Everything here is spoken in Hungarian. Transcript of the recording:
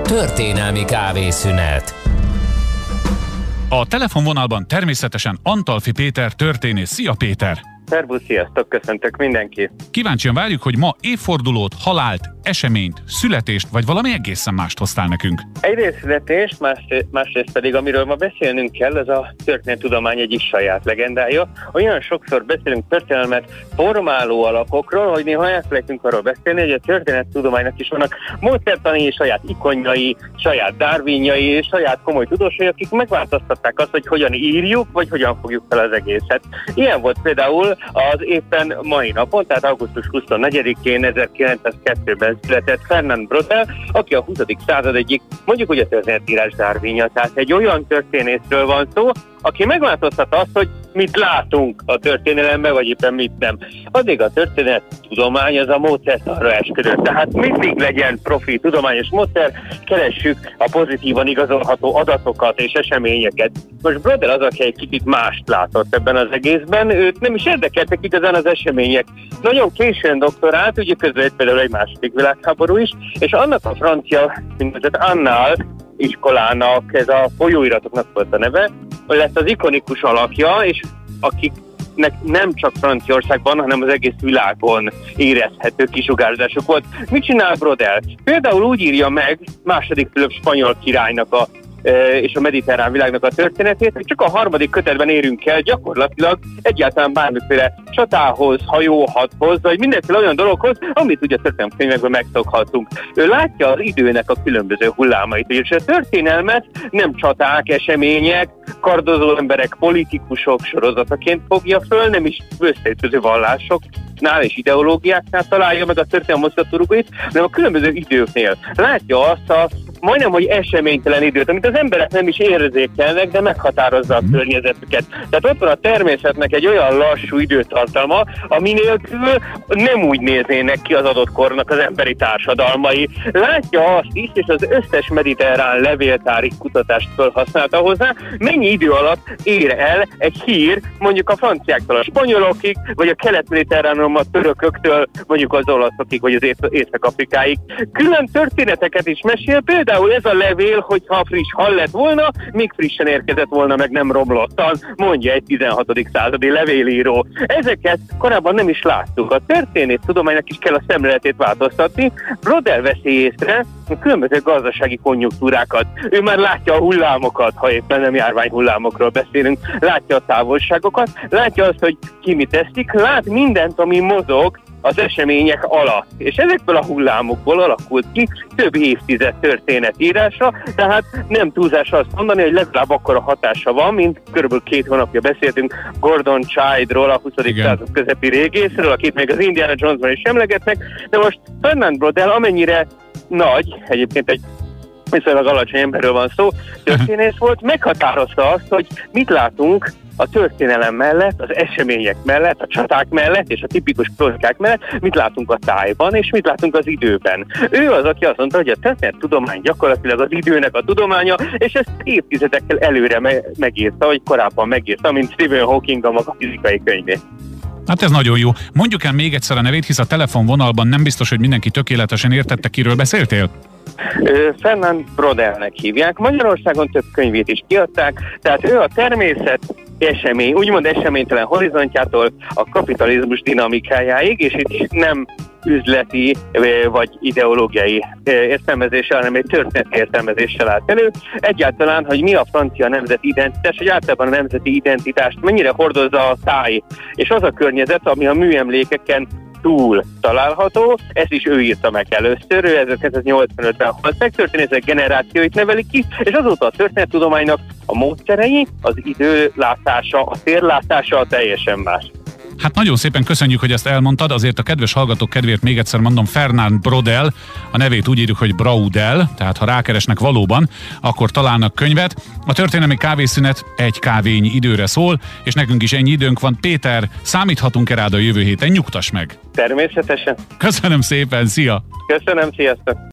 Történelmi kávészünet. A telefonvonalban természetesen Antalffy Péter történész. Szia Péter! Szervusz, sziasztok, köszöntök mindenkit! Kíváncsian várjuk, hogy ma évfordulót, halált, eseményt, születést, vagy valami egészen mást hoztál nekünk. Egyrészt születést, másrészt pedig, amiről ma beszélnünk kell, ez a történettudomány egyik saját legendája. Olyan sokszor beszélünk történelmet formáló alapokról, hogy néha elfelejtünk arról beszélni, hogy a történettudománynak is vannak módszertani és saját ikonjai, saját Darwinjai és saját komoly tudósai, akik megváltoztatták azt, hogy hogyan írjuk, vagy hogyan fogjuk fel az egészet. Ilyen volt például az éppen mai napon, tehát augusztus 24-én 1902-ben született Fernand Braudel, aki a 20. század egyik, mondjuk úgy a történetírás Darwinja, tehát egy olyan történészről van szó, aki megváltoztatta azt, hogy mit látunk a történelemben, vagy éppen mit nem. Addig a történettudomány az a módszertanra esküdött, tehát mindig legyen profi tudományos módszer, keressük a pozitívan igazolható adatokat és eseményeket. Most Braudel az, aki egy kicsit mást látott ebben az egészben, őt nem is érdekeltek igazán az események. Nagyon későn doktorált, ugye közben például egy második világháború is, és annak a francia úgynevezett Annál iskolának, ez a folyóiratoknak volt a neve, hogy lett az ikonikus alakja, és akiknek nem csak Franciaországban, hanem az egész világon érezhető kisugárzásuk volt. Mit csinál Braudel? Például úgy írja meg II. Fülöp spanyol királynak és a mediterrán világnak a történetét, hogy csak a 3. kötetben érünk el gyakorlatilag egyáltalán bármiféle csatához, hajóhathoz, vagy mindenféle olyan dologhoz, amit ugye a történelemkönyvekben megszokhatunk. Ő látja az időnek a különböző hullámait, és a történelmet nem csaták, események, kardozó emberek, politikusok sorozataként fogja föl, nem is összeütköző vallásoknál és ideológiáknál találja meg a történelem mozgatórugóit, hanem a különböző időknél. Látja azt a majdnem, hogy eseménytelen időt, amit az emberek nem is érzékelnek, de meghatározza a környezetüket. Tehát ott van a természetnek egy olyan lassú időtartalma, ami nélkül nem úgy néznének ki az adott kornak az emberi társadalmai. Látja azt is, és az összes mediterrán levéltári kutatást felhasználta hozzá, mennyi idő alatt ér el egy hír, mondjuk a franciáktól a spanyolokig, vagy a kelet-mediterránon a törököktől, mondjuk az olaszokig, vagy az észak-afrikáig. Külön történeteket is mesél, például ez a levél, hogyha friss hal lett volna, még frissen érkezett volna, meg nem romlottan, mondja egy 16. századi levélíró. Ezeket korábban nem is láttuk. A történésztudománynak is kell a szemléletét változtatni. Braudel veszi észre a különböző gazdasági konjunktúrákat. Ő már látja a hullámokat, ha éppen nem járványhullámokról beszélünk, látja a távolságokat, látja azt, hogy ki mit teszik, lát mindent, ami mozog az események alatt. És ezekből a hullámokból alakult ki több évtized történetírása, tehát nem túlzás azt mondani, hogy legalább akkora hatása van, mint körülbelül 2 hónapja beszéltünk Gordon Childról, a 20. század közepi régészről, akit még az Indiana Jonesban is emlegetnek, de most Fernand Braudel amennyire nagy, egyébként egy viszonylag alacsony emberről van szó, történész volt, meghatározta azt, hogy mit látunk a történelem mellett, az események mellett, a csaták mellett és a tipikus kronikák mellett, mit látunk a tájban és mit látunk az időben. Ő az, aki azt mondta, hogy a történettudomány gyakorlatilag az időnek a tudománya, és ezt évtizedekkel előre megírta, vagy korábban megírta, mint Stephen Hawking a maga fizikai könyvét. Hát ez nagyon jó. Mondjuk el még egyszer a nevét, hisz a telefonvonalban nem biztos, hogy mindenki tökéletesen értette, kiről beszéltél. Fernand Braudelnek hívják. Magyarországon több könyvét is kiadták, tehát ő a természet esemény, úgymond eseménytelen horizontjától a kapitalizmus dinamikájáig, és itt nem üzleti vagy ideológiai értelmezéssel, hanem egy történeti értelmezéssel állt elő. Egyáltalán, hogy mi a francia nemzeti identitás, hogy általában a nemzeti identitást mennyire hordozza a táj, és az a környezet, ami a műemlékeken túl található, ezt is ő írta meg először, ő 1985-ben halt meg, történészek generációit nevelik ki, és azóta a történettudománynak a módszerei, az időlátása, a térlátása teljesen más. Hát nagyon szépen köszönjük, hogy ezt elmondtad, azért a kedves hallgatók kedvéért még egyszer mondom, Fernand Braudel, a nevét úgy írjuk, hogy Braudel, tehát ha rákeresnek valóban, akkor találnak könyvet. A történelmi kávészünet egy kávényi időre szól, és nekünk is ennyi időnk van. Péter, számíthatunk-e rád a jövő héten? Nyugtass meg! Természetesen. Köszönöm szépen, szia! Köszönöm, sziasztok!